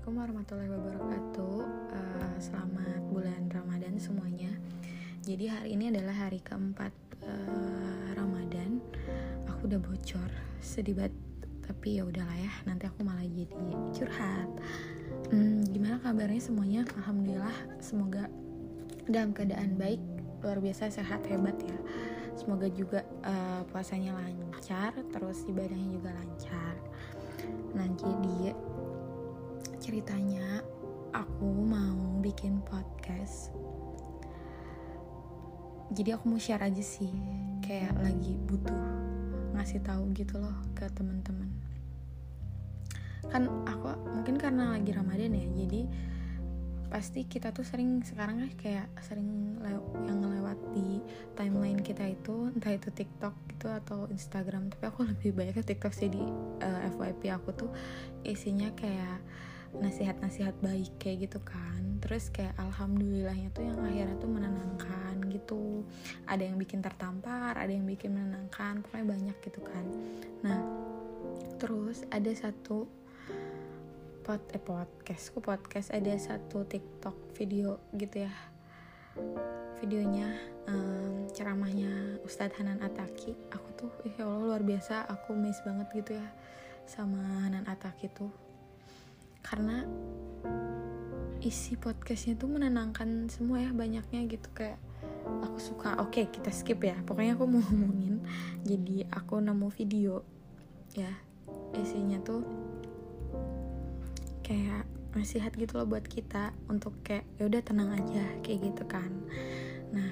Assalamualaikum warahmatullahi wabarakatuh. Selamat bulan Ramadan semuanya. Jadi hari ini adalah hari keempat Ramadan. Aku udah bocor, sedih banget. Tapi ya udahlah ya, nanti aku malah jadi curhat. Gimana kabarnya semuanya? Alhamdulillah, semoga dalam keadaan baik, luar biasa sehat hebat ya. Semoga juga puasanya lancar, terus ibadahnya juga lancar. Nah jadi ceritanya aku mau bikin podcast. Jadi aku mau share aja sih, kayak lagi butuh ngasih tahu gitu loh ke teman-teman. Kan aku mungkin karena lagi Ramadan ya, jadi pasti kita tuh sering sekarang kayak sering yang ngelewat di timeline kita itu, entah itu TikTok gitu atau Instagram. Tapi aku lebih banyak ke TikTok sih. Di FYP aku tuh isinya kayak nasihat-nasihat baik kayak gitu kan. Terus kayak alhamdulillahnya tuh yang akhirnya tuh menenangkan gitu. Ada yang bikin tertampar, ada yang bikin menenangkan, pokoknya banyak gitu kan. Nah terus ada satu podcast, ada satu TikTok video gitu ya. Videonya ceramahnya Ustadz Hanan Attaqi. Aku tuh ya Allah luar biasa, aku miss banget gitu ya sama Hanan Attaqi tuh, karena isi podcastnya tuh menenangkan semua ya, banyaknya gitu. Kayak aku suka. Oke, kita skip ya, pokoknya aku mau ngomongin. Jadi aku nemu video ya, isinya tuh kayak nasihat gitu loh buat kita untuk kayak ya udah tenang aja kayak gitu kan. Nah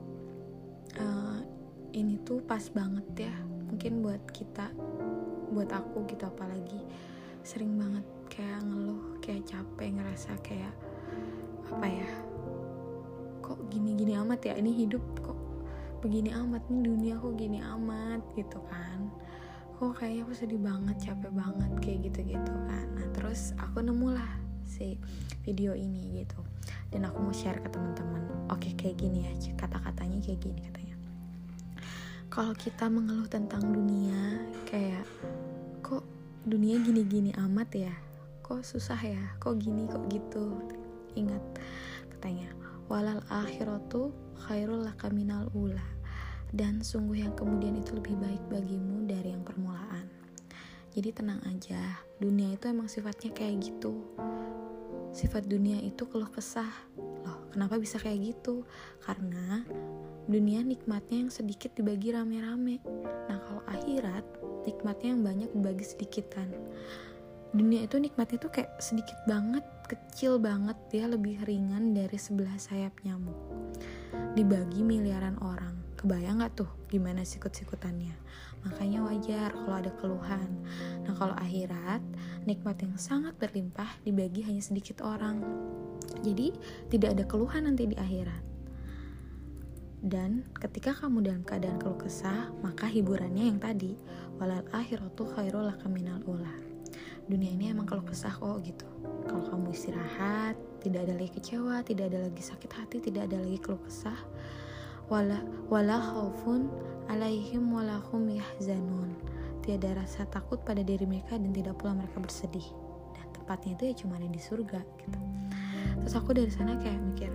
ini tuh pas banget ya mungkin buat kita, buat aku gitu, apalagi sering banget kayak ngeluh, kayak capek, ngerasa kayak apa ya, kok gini-gini amat ya, ini hidup kok begini amat, ini dunia kok gini amat gitu kan. Kok kayaknya aku sedih banget, capek banget kayak gitu-gitu kan. Nah terus aku nemulah si video ini gitu, dan aku mau share ke teman-teman. Oke, kayak gini ya, kata-katanya kayak gini katanya. Kalau kita mengeluh tentang dunia, kayak kok dunia gini-gini amat ya, kok susah ya, kok gini, kok gitu. Ingat katanya, walal akhiratu khairul laka minal ula, dan sungguh yang kemudian itu lebih baik bagimu dari yang permulaan. Jadi tenang aja, dunia itu emang sifatnya kayak gitu. Sifat dunia itu keluh kesah. Loh, kenapa bisa kayak gitu? Karena dunia nikmatnya yang sedikit dibagi rame-rame. Nah kalau akhirat, nikmatnya yang banyak dibagi sedikitan. Dunia itu nikmatnya tuh kayak sedikit banget, kecil banget, dia lebih ringan dari sebelah sayap nyamuk. Dibagi miliaran orang. Kebayang gak tuh gimana sikut-sikutannya? Makanya wajar kalau ada keluhan. Nah kalau akhirat, nikmat yang sangat berlimpah dibagi hanya sedikit orang. Jadi tidak ada keluhan nanti di akhirat. Dan ketika kamu dalam keadaan keluh kesah, maka hiburannya yang tadi, walal akhiratu khairul laka minal ula. Dunia ini emang keluh kesah kok gitu. Kalau kamu istirahat, tidak ada lagi kecewa, tidak ada lagi sakit hati, tidak ada lagi keluh kesah. Wala khaufun alaihim walahum yahzanun. Tiada rasa takut pada diri mereka dan tidak pula mereka bersedih. Dan tempatnya itu ya cuma ada di surga gitu. Terus aku dari sana kayak mikir,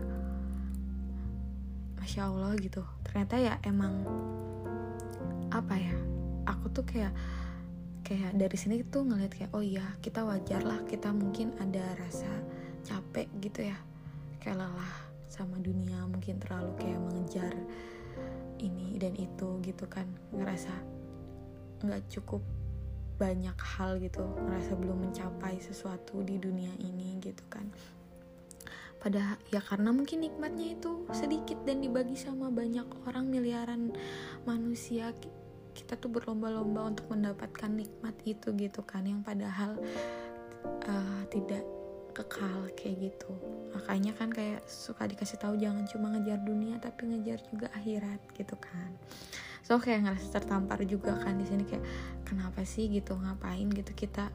Masya Allah gitu. Ternyata ya emang apa ya, aku tuh kayak dari sini tuh ngeliat kayak oh iya, kita wajar lah, kita mungkin ada rasa capek gitu ya, kayak lelah sama dunia, mungkin terlalu kayak mengejar ini dan itu gitu kan, ngerasa gak cukup banyak hal gitu, ngerasa belum mencapai sesuatu di dunia ini gitu kan. Padahal ya karena mungkin nikmatnya itu sedikit dan dibagi sama banyak orang, miliaran manusia. Kita tuh berlomba-lomba untuk mendapatkan nikmat itu gitu kan, yang padahal tidak kekal kayak gitu. Makanya kan kayak suka dikasih tahu jangan cuma ngejar dunia tapi ngejar juga akhirat gitu kan. So kayak ngerasa tertampar juga kan di sini, kayak kenapa sih gitu, ngapain gitu kita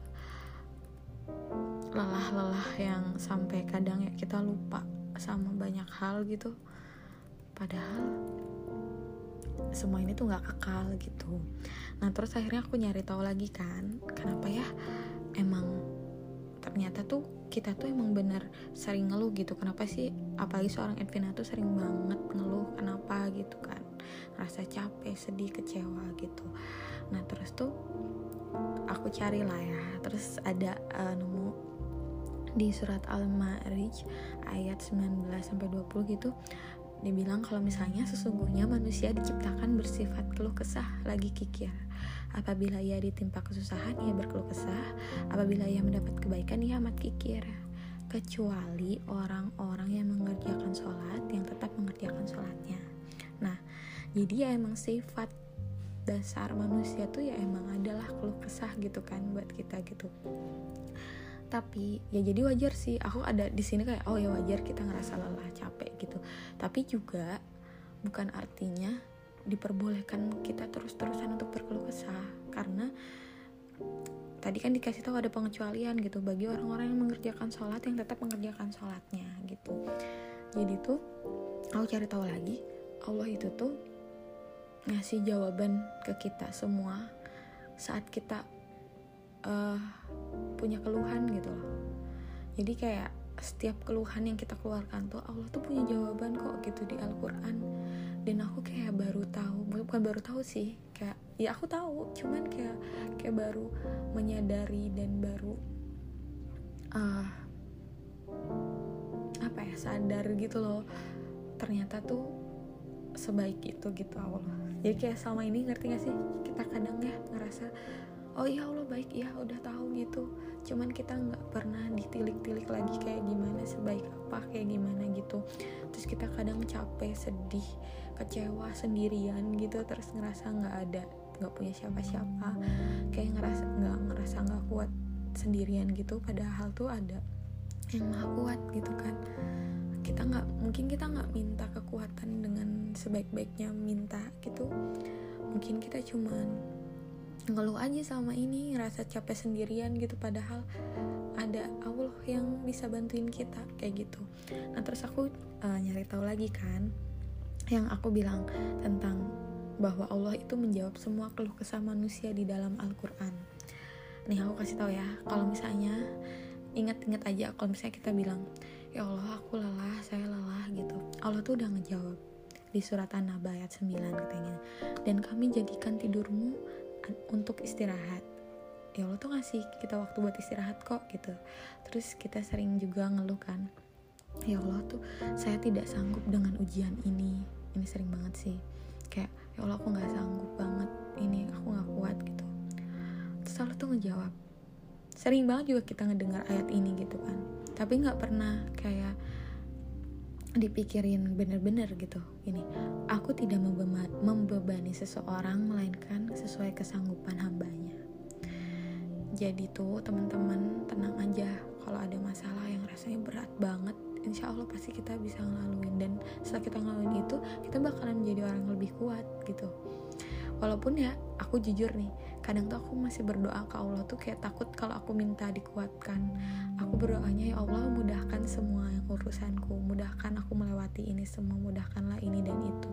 lelah yang sampai kadang ya kita lupa sama banyak hal gitu. Padahal semua ini tuh nggak kekal gitu. Nah terus akhirnya aku nyari tahu lagi kan, kenapa ya emang ternyata tuh kita tuh emang bener sering ngeluh gitu. Kenapa sih apalagi seorang Edvina tuh sering banget ngeluh, kenapa gitu kan, rasa capek, sedih, kecewa gitu. Nah terus tuh aku carilah ya, terus ada nemu di surat Al-Ma'arij ayat 19-20 gitu. Dia bilang kalau misalnya sesungguhnya manusia diciptakan bersifat keluh kesah lagi kikir. Apabila ia ditimpa kesusahan, ia berkeluh kesah. Apabila ia mendapat kebaikan, ia amat kikir. Kecuali orang-orang yang mengerjakan sholat, yang tetap mengerjakan sholatnya. Nah, jadi ya emang sifat dasar manusia tuh ya emang adalah keluh kesah gitu kan buat kita gitu. Tapi ya jadi wajar sih, aku ada di sini kayak oh ya wajar kita ngerasa lelah, capek gitu. Tapi juga bukan artinya diperbolehkan kita terus-terusan untuk berkeluh kesah, karena tadi kan dikasih tahu ada pengecualian gitu bagi orang-orang yang mengerjakan sholat, yang tetap mengerjakan sholatnya gitu. Jadi tuh aku cari tahu lagi, Allah itu tuh ngasih jawaban ke kita semua saat kita punya keluhan gitu loh. Jadi kayak setiap keluhan yang kita keluarkan tuh Allah tuh punya jawaban kok gitu di Al-Quran. Dan aku kayak baru tahu, bukan baru tahu sih, kayak ya aku tahu, cuman kayak baru menyadari dan baru sadar gitu loh, ternyata tuh sebaik itu gitu Allah. Jadi kayak selama ini, ngerti gak sih, kita kadang ya ngerasa oh iya Allah baik, ya udah tahu gitu, cuman kita nggak pernah ditilik-tilik lagi kayak gimana, sebaik apa, kayak gimana gitu. Terus kita kadang capek, sedih, kecewa sendirian gitu, terus ngerasa nggak punya siapa-siapa, kayak ngerasa nggak kuat sendirian gitu, padahal tuh ada yang maha kuat gitu kan. Kita nggak minta kekuatan dengan sebaik-baiknya minta gitu, mungkin kita cuman ngeluh aja sama ini, ngerasa capek sendirian gitu, padahal ada Allah yang bisa bantuin kita kayak gitu. Nah terus aku nyari tahu lagi kan, yang aku bilang tentang bahwa Allah itu menjawab semua keluh kesah manusia di dalam Al-Quran. Nih aku kasih tahu ya, kalau misalnya ingat-ingat aja, kalau misalnya kita bilang ya Allah aku lelah, saya lelah gitu, Allah tuh udah ngejawab di surat An-Naba ayat 9 katanya, dan kami jadikan tidurmu untuk istirahat. Ya Allah tuh ngasih kita waktu buat istirahat kok gitu. Terus kita sering juga ngeluh kan, ya Allah tuh saya tidak sanggup dengan ujian ini sering banget sih, kayak ya Allah aku gak sanggup banget ini, aku gak kuat gitu. Terus Allah tuh ngejawab, sering banget juga kita ngedengar ayat ini gitu kan, tapi gak pernah kayak dipikirin bener-bener gitu. Ini, aku tidak membebani seseorang melainkan sesuai kesanggupan hambanya. Jadi tuh teman-teman tenang aja, kalau ada masalah yang rasanya berat banget, insya Allah pasti kita bisa ngelaluin, dan setelah kita ngelaluin itu kita bakalan menjadi orang yang lebih kuat gitu. Walaupun ya aku jujur nih, kadang tuh aku masih berdoa ke Allah tuh kayak takut kalau aku minta dikuatkan. Aku berdoanya ya Allah mudahkan semua yang urusanku, mudahkan aku melewati ini semua, mudahkanlah ini dan itu.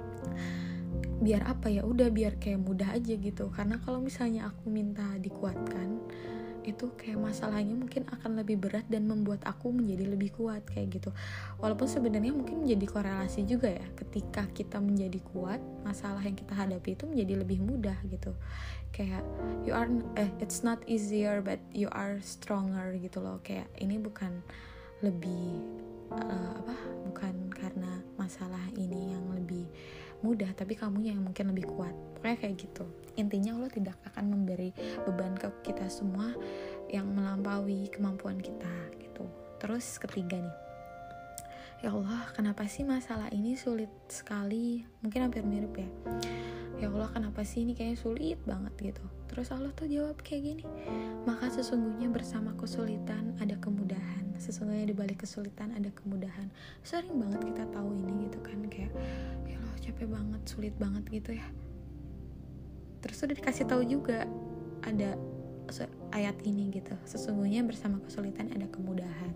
Biar apa ya, udah biar kayak mudah aja gitu. Karena kalau misalnya aku minta dikuatkan, itu kayak masalahnya mungkin akan lebih berat dan membuat aku menjadi lebih kuat kayak gitu. Walaupun sebenarnya mungkin menjadi korelasi juga ya, ketika kita menjadi kuat, masalah yang kita hadapi itu menjadi lebih mudah gitu. Kayak it's not easier but you are stronger gitu loh. Kayak ini bukan lebih bukan karena masalah ini yang lebih mudah, tapi kamunya yang mungkin lebih kuat. Pokoknya kayak gitu. Intinya Allah tidak akan memberi beban ke kita semua yang melampaui kemampuan kita gitu. Terus ketiga nih, ya Allah kenapa sih masalah ini sulit sekali, mungkin hampir mirip ya, ya Allah kenapa sih ini kayaknya sulit banget gitu. Terus Allah tuh jawab kayak gini, maka sesungguhnya bersama kesulitan ada kemudahan, sesungguhnya di balik kesulitan ada kemudahan. Sering banget kita tahu ini gitu kan, kayak ya Allah capek banget, sulit banget gitu ya. Terus udah dikasih tahu juga ada ayat ini gitu, sesungguhnya bersama kesulitan ada kemudahan.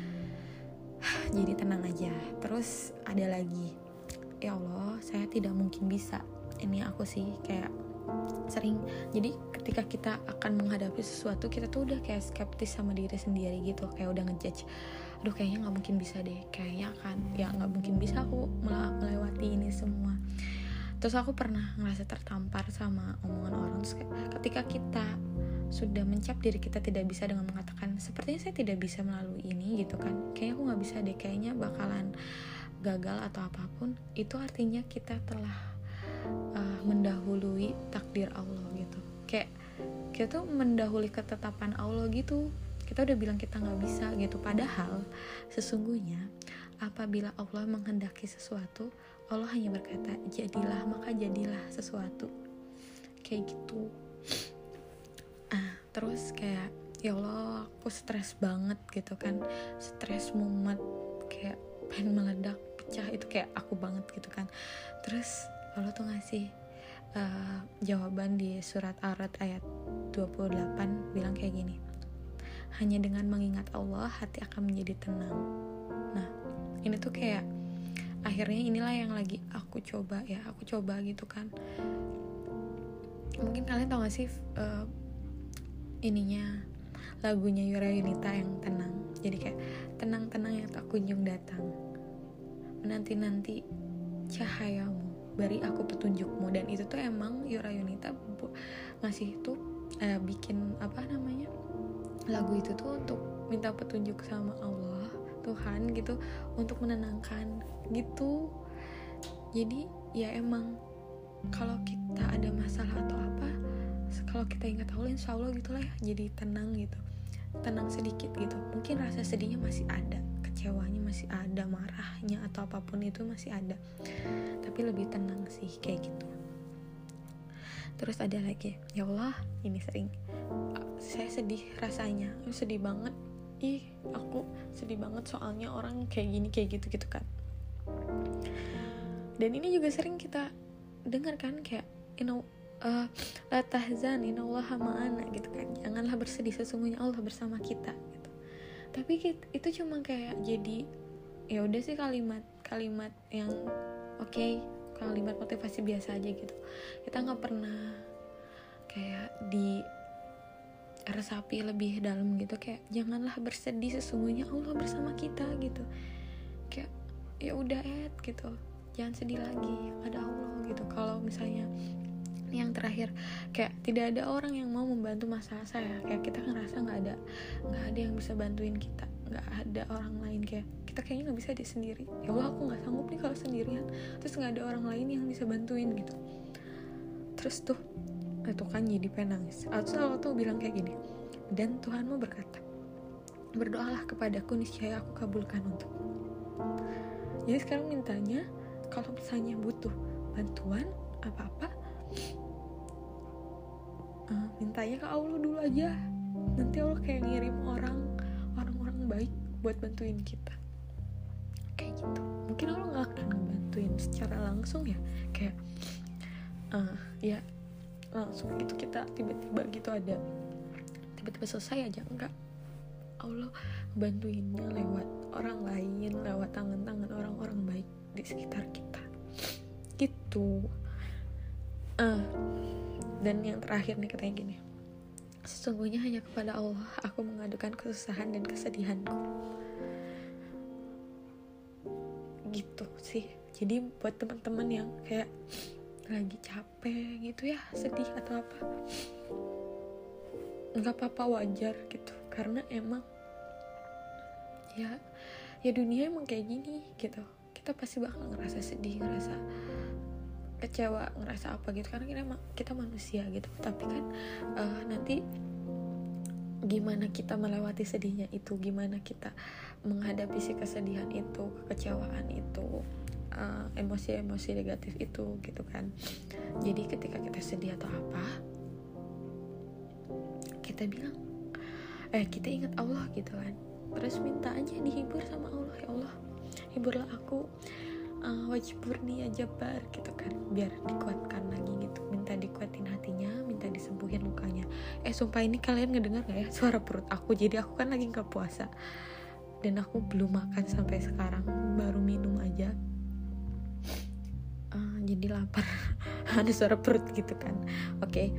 Jadi tenang aja. Terus ada lagi, ya Allah saya tidak mungkin bisa, ini aku sih kayak sering. Jadi ketika kita akan menghadapi sesuatu, kita tuh udah kayak skeptis sama diri sendiri gitu, kayak udah ngejudge, aduh kayaknya nggak mungkin bisa deh, kayaknya kan ya nggak mungkin bisa aku melewati ini semua. Terus aku pernah ngerasa tertampar sama omongan orang. Terus ketika kita sudah mencap diri kita tidak bisa dengan mengatakan sepertinya saya tidak bisa melalui ini gitu kan, kayaknya aku nggak bisa deh, kayaknya bakalan gagal atau apapun, itu artinya kita telah mendahului takdir Allah gitu. Kayak kita tuh mendahului ketetapan Allah gitu. Kita udah bilang kita nggak bisa gitu. Padahal sesungguhnya apabila Allah menghendaki sesuatu, Allah hanya berkata jadilah, maka jadilah sesuatu. Kayak gitu. Terus kayak ya Allah, aku stres banget gitu kan. Stres mumet, kayak pengen meledak, pecah, itu kayak aku banget gitu kan. Terus Allah tuh ngasih jawaban di surat Ar-Ra'd ayat 28, bilang kayak gini, hanya dengan mengingat Allah hati akan menjadi tenang. Nah ini tuh kayak akhirnya inilah yang lagi aku coba gitu kan. Mungkin kalian tau gak sih ininya lagunya Yura Yunita yang tenang. Jadi kayak tenang-tenang yang tak kunjung datang, menanti-nanti cahayamu, beri aku petunjukmu. Dan itu tuh emang Yura Yunita ngasih tuh bikin lagu itu tuh untuk minta petunjuk sama Allah Tuhan gitu, untuk menenangkan gitu. Jadi ya emang kalau kita ada masalah atau apa, kalau kita ingat Allah, insya Allah gitulah ya, jadi tenang gitu, tenang sedikit gitu. Mungkin rasa sedihnya masih ada, kecewanya masih ada, marahnya atau apapun itu masih ada, tapi lebih tenang sih kayak gitu. Terus ada lagi, ya Allah ini sering saya sedih rasanya, sedih banget, aku sedih banget soalnya orang kayak gini kayak gitu kan. Dan ini juga sering kita dengar kan, kayak la tahzan innallaha ma'ana gitu kan, janganlah bersedih sesungguhnya Allah bersama kita gitu. Tapi itu cuma kayak jadi ya udah sih kalimat yang oke, kalimat motivasi biasa aja gitu. Kita nggak pernah kayak diresapi lebih dalam gitu, kayak janganlah bersedih sesungguhnya Allah bersama kita gitu. Kayak ya udah gitu, jangan sedih lagi, ada Allah gitu. Kalau misalnya yang terakhir, kayak tidak ada orang yang mau membantu masalah saya, kayak kita ngerasa nggak ada yang bisa bantuin kita, nggak ada orang lain, kayak kita kayaknya nggak bisa dia sendiri. Ya Allah, aku nggak sanggup nih kalau sendirian, terus nggak ada orang lain yang bisa bantuin gitu. Terus tuh itu kan jadi pengen nangis. Allah tuh bilang kayak gini, dan Tuhanmu berkata, berdoalah kepadaku, niscaya aku kabulkan untukmu. Jadi sekarang mintanya, kalau misalnya butuh bantuan apa-apa, mintanya ke Allah dulu aja. Nanti Allah kayak ngirim orang-orang baik buat bantuin kita, kayak gitu. Mungkin Allah nggak akan ngebantuin secara langsung ya, kayak ya langsung gitu kita tiba-tiba gitu ada, tiba-tiba selesai aja, enggak. Allah bantuinnya lewat orang lain, lewat tangan-tangan orang-orang baik di sekitar kita gitu. Dan yang terakhir nih katanya gini, sesungguhnya hanya kepada Allah aku mengadukan kesusahan dan kesedihanku. Gitu sih. Jadi buat teman-teman yang kayak lagi capek gitu ya, sedih atau apa, nggak apa-apa, wajar gitu. Karena emang ya dunia emang kayak gini gitu. Kita pasti bakal ngerasa sedih, ngerasa kecewa, ngerasa apa gitu, karena kita manusia gitu. Tapi kan nanti gimana kita melewati sedihnya itu, gimana kita menghadapi si kesedihan itu, kekecewaan itu, emosi-emosi negatif itu gitu kan. Jadi ketika kita sedih atau apa, kita bilang kita ingat Allah gitu kan, terus minta aja dihibur sama Allah. Ya Allah, hiburlah aku, wajburni ya Jabbar gitu kan, biar dikuatkan lagi gitu. Minta dikuatin hatinya, minta disembuhin lukanya. Sumpah ini kalian ngedengar gak ya suara perut aku? Jadi aku kan lagi gak puasa, dan aku belum makan sampai sekarang, baru minum aja. jadi lapar. Ada suara perut gitu kan. Oke.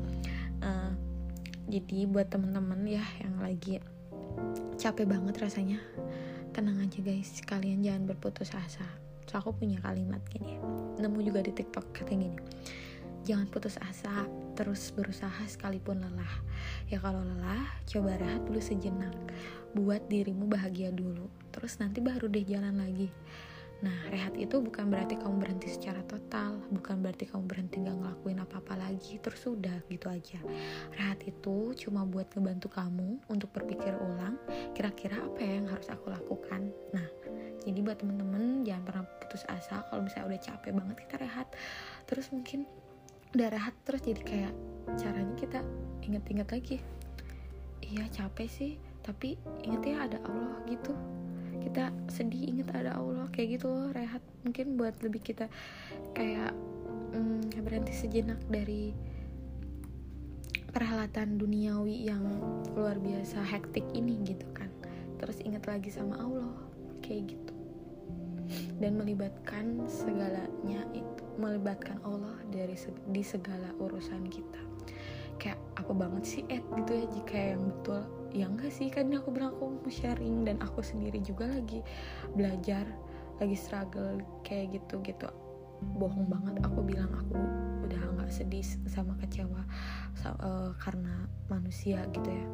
Jadi buat teman-teman ya yang lagi capek banget rasanya, tenang aja guys, kalian jangan berputus asa. So aku punya kalimat gini, nemu juga di TikTok, katanya gini, jangan putus asa, terus berusaha sekalipun lelah. Ya kalau lelah, coba rehat dulu sejenak, buat dirimu bahagia dulu, terus nanti baru deh jalan lagi. Nah, rehat itu bukan berarti kamu berhenti secara total, bukan berarti kamu berhenti gak ngelakuin apa-apa lagi, terus udah gitu aja. Rehat itu cuma buat ngebantu kamu untuk berpikir ulang, kira-kira apa ya yang harus aku lakukan. Nah, jadi buat temen-temen jangan pernah putus asa. Kalau misalnya udah capek banget, kita rehat. Terus mungkin udah rehat terus jadi kayak caranya kita inget-inget lagi, iya capek sih, tapi inget ya ada Allah gitu. Kita sedih inget ada Allah, kayak gitu loh. Rehat mungkin buat lebih kita kayak berhenti sejenak dari perhelatan duniawi yang luar biasa hektik ini gitu kan. Terus inget lagi sama Allah, kayak gitu. Dan melibatkan segalanya itu, melibatkan Allah di segala urusan kita. Kayak apa banget sih gitu ya, jika yang betul ya enggak sih, kan aku bilang aku mau sharing, dan aku sendiri juga lagi belajar, lagi struggle kayak gitu. Bohong banget aku bilang aku udah nggak sedih sama kecewa karena manusia gitu ya.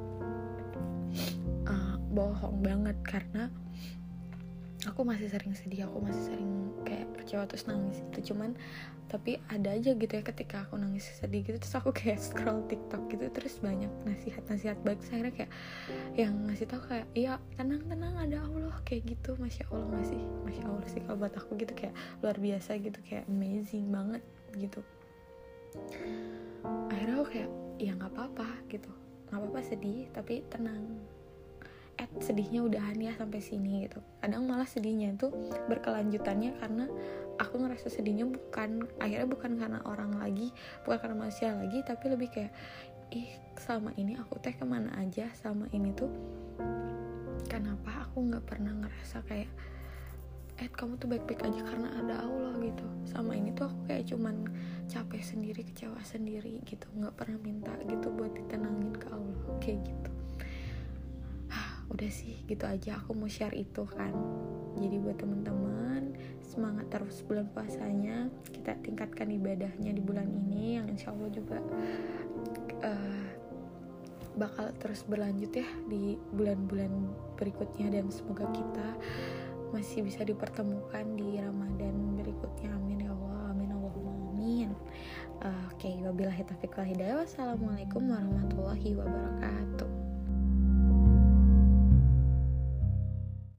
Bohong banget, karena aku masih sering sedih, aku masih sering kayak kecewa terus nangis gitu. Cuman tapi ada aja gitu ya, ketika aku nangis sedih gitu, terus aku kayak scroll TikTok gitu, terus banyak nasihat baik. Akhirnya kayak yang ngasih tahu kayak, iya tenang ada Allah, kayak gitu. Masya Allah sih kalau buat aku gitu, kayak luar biasa gitu, kayak amazing banget gitu. Akhirnya aku kayak, ya nggak apa-apa gitu, nggak apa-apa sedih, tapi tenang. Sedihnya udahan ya sampai sini gitu. Kadang malah sedihnya itu berkelanjutannya karena aku ngerasa sedihnya bukan karena orang lagi, bukan karena manusia lagi, tapi lebih kayak selama ini aku kemana aja, selama ini tuh kenapa aku nggak pernah ngerasa kayak kamu tuh baik-baik aja karena ada Allah gitu. Sama ini tuh aku kayak cuman capek sendiri, kecewa sendiri gitu, nggak pernah minta gitu buat ditenangin ke Allah, kayak gitu. Udah sih gitu aja aku mau share itu kan. Jadi buat teman-teman, semangat terus bulan puasanya, kita tingkatkan ibadahnya di bulan ini yang insya Allah juga bakal terus berlanjut ya di bulan-bulan berikutnya, dan semoga kita masih bisa dipertemukan di Ramadan berikutnya. Amin ya Allah, amin Allahumma amin. Wabillahi taufiq wal hidayah. Wassalamualaikum warahmatullahi wabarakatuh.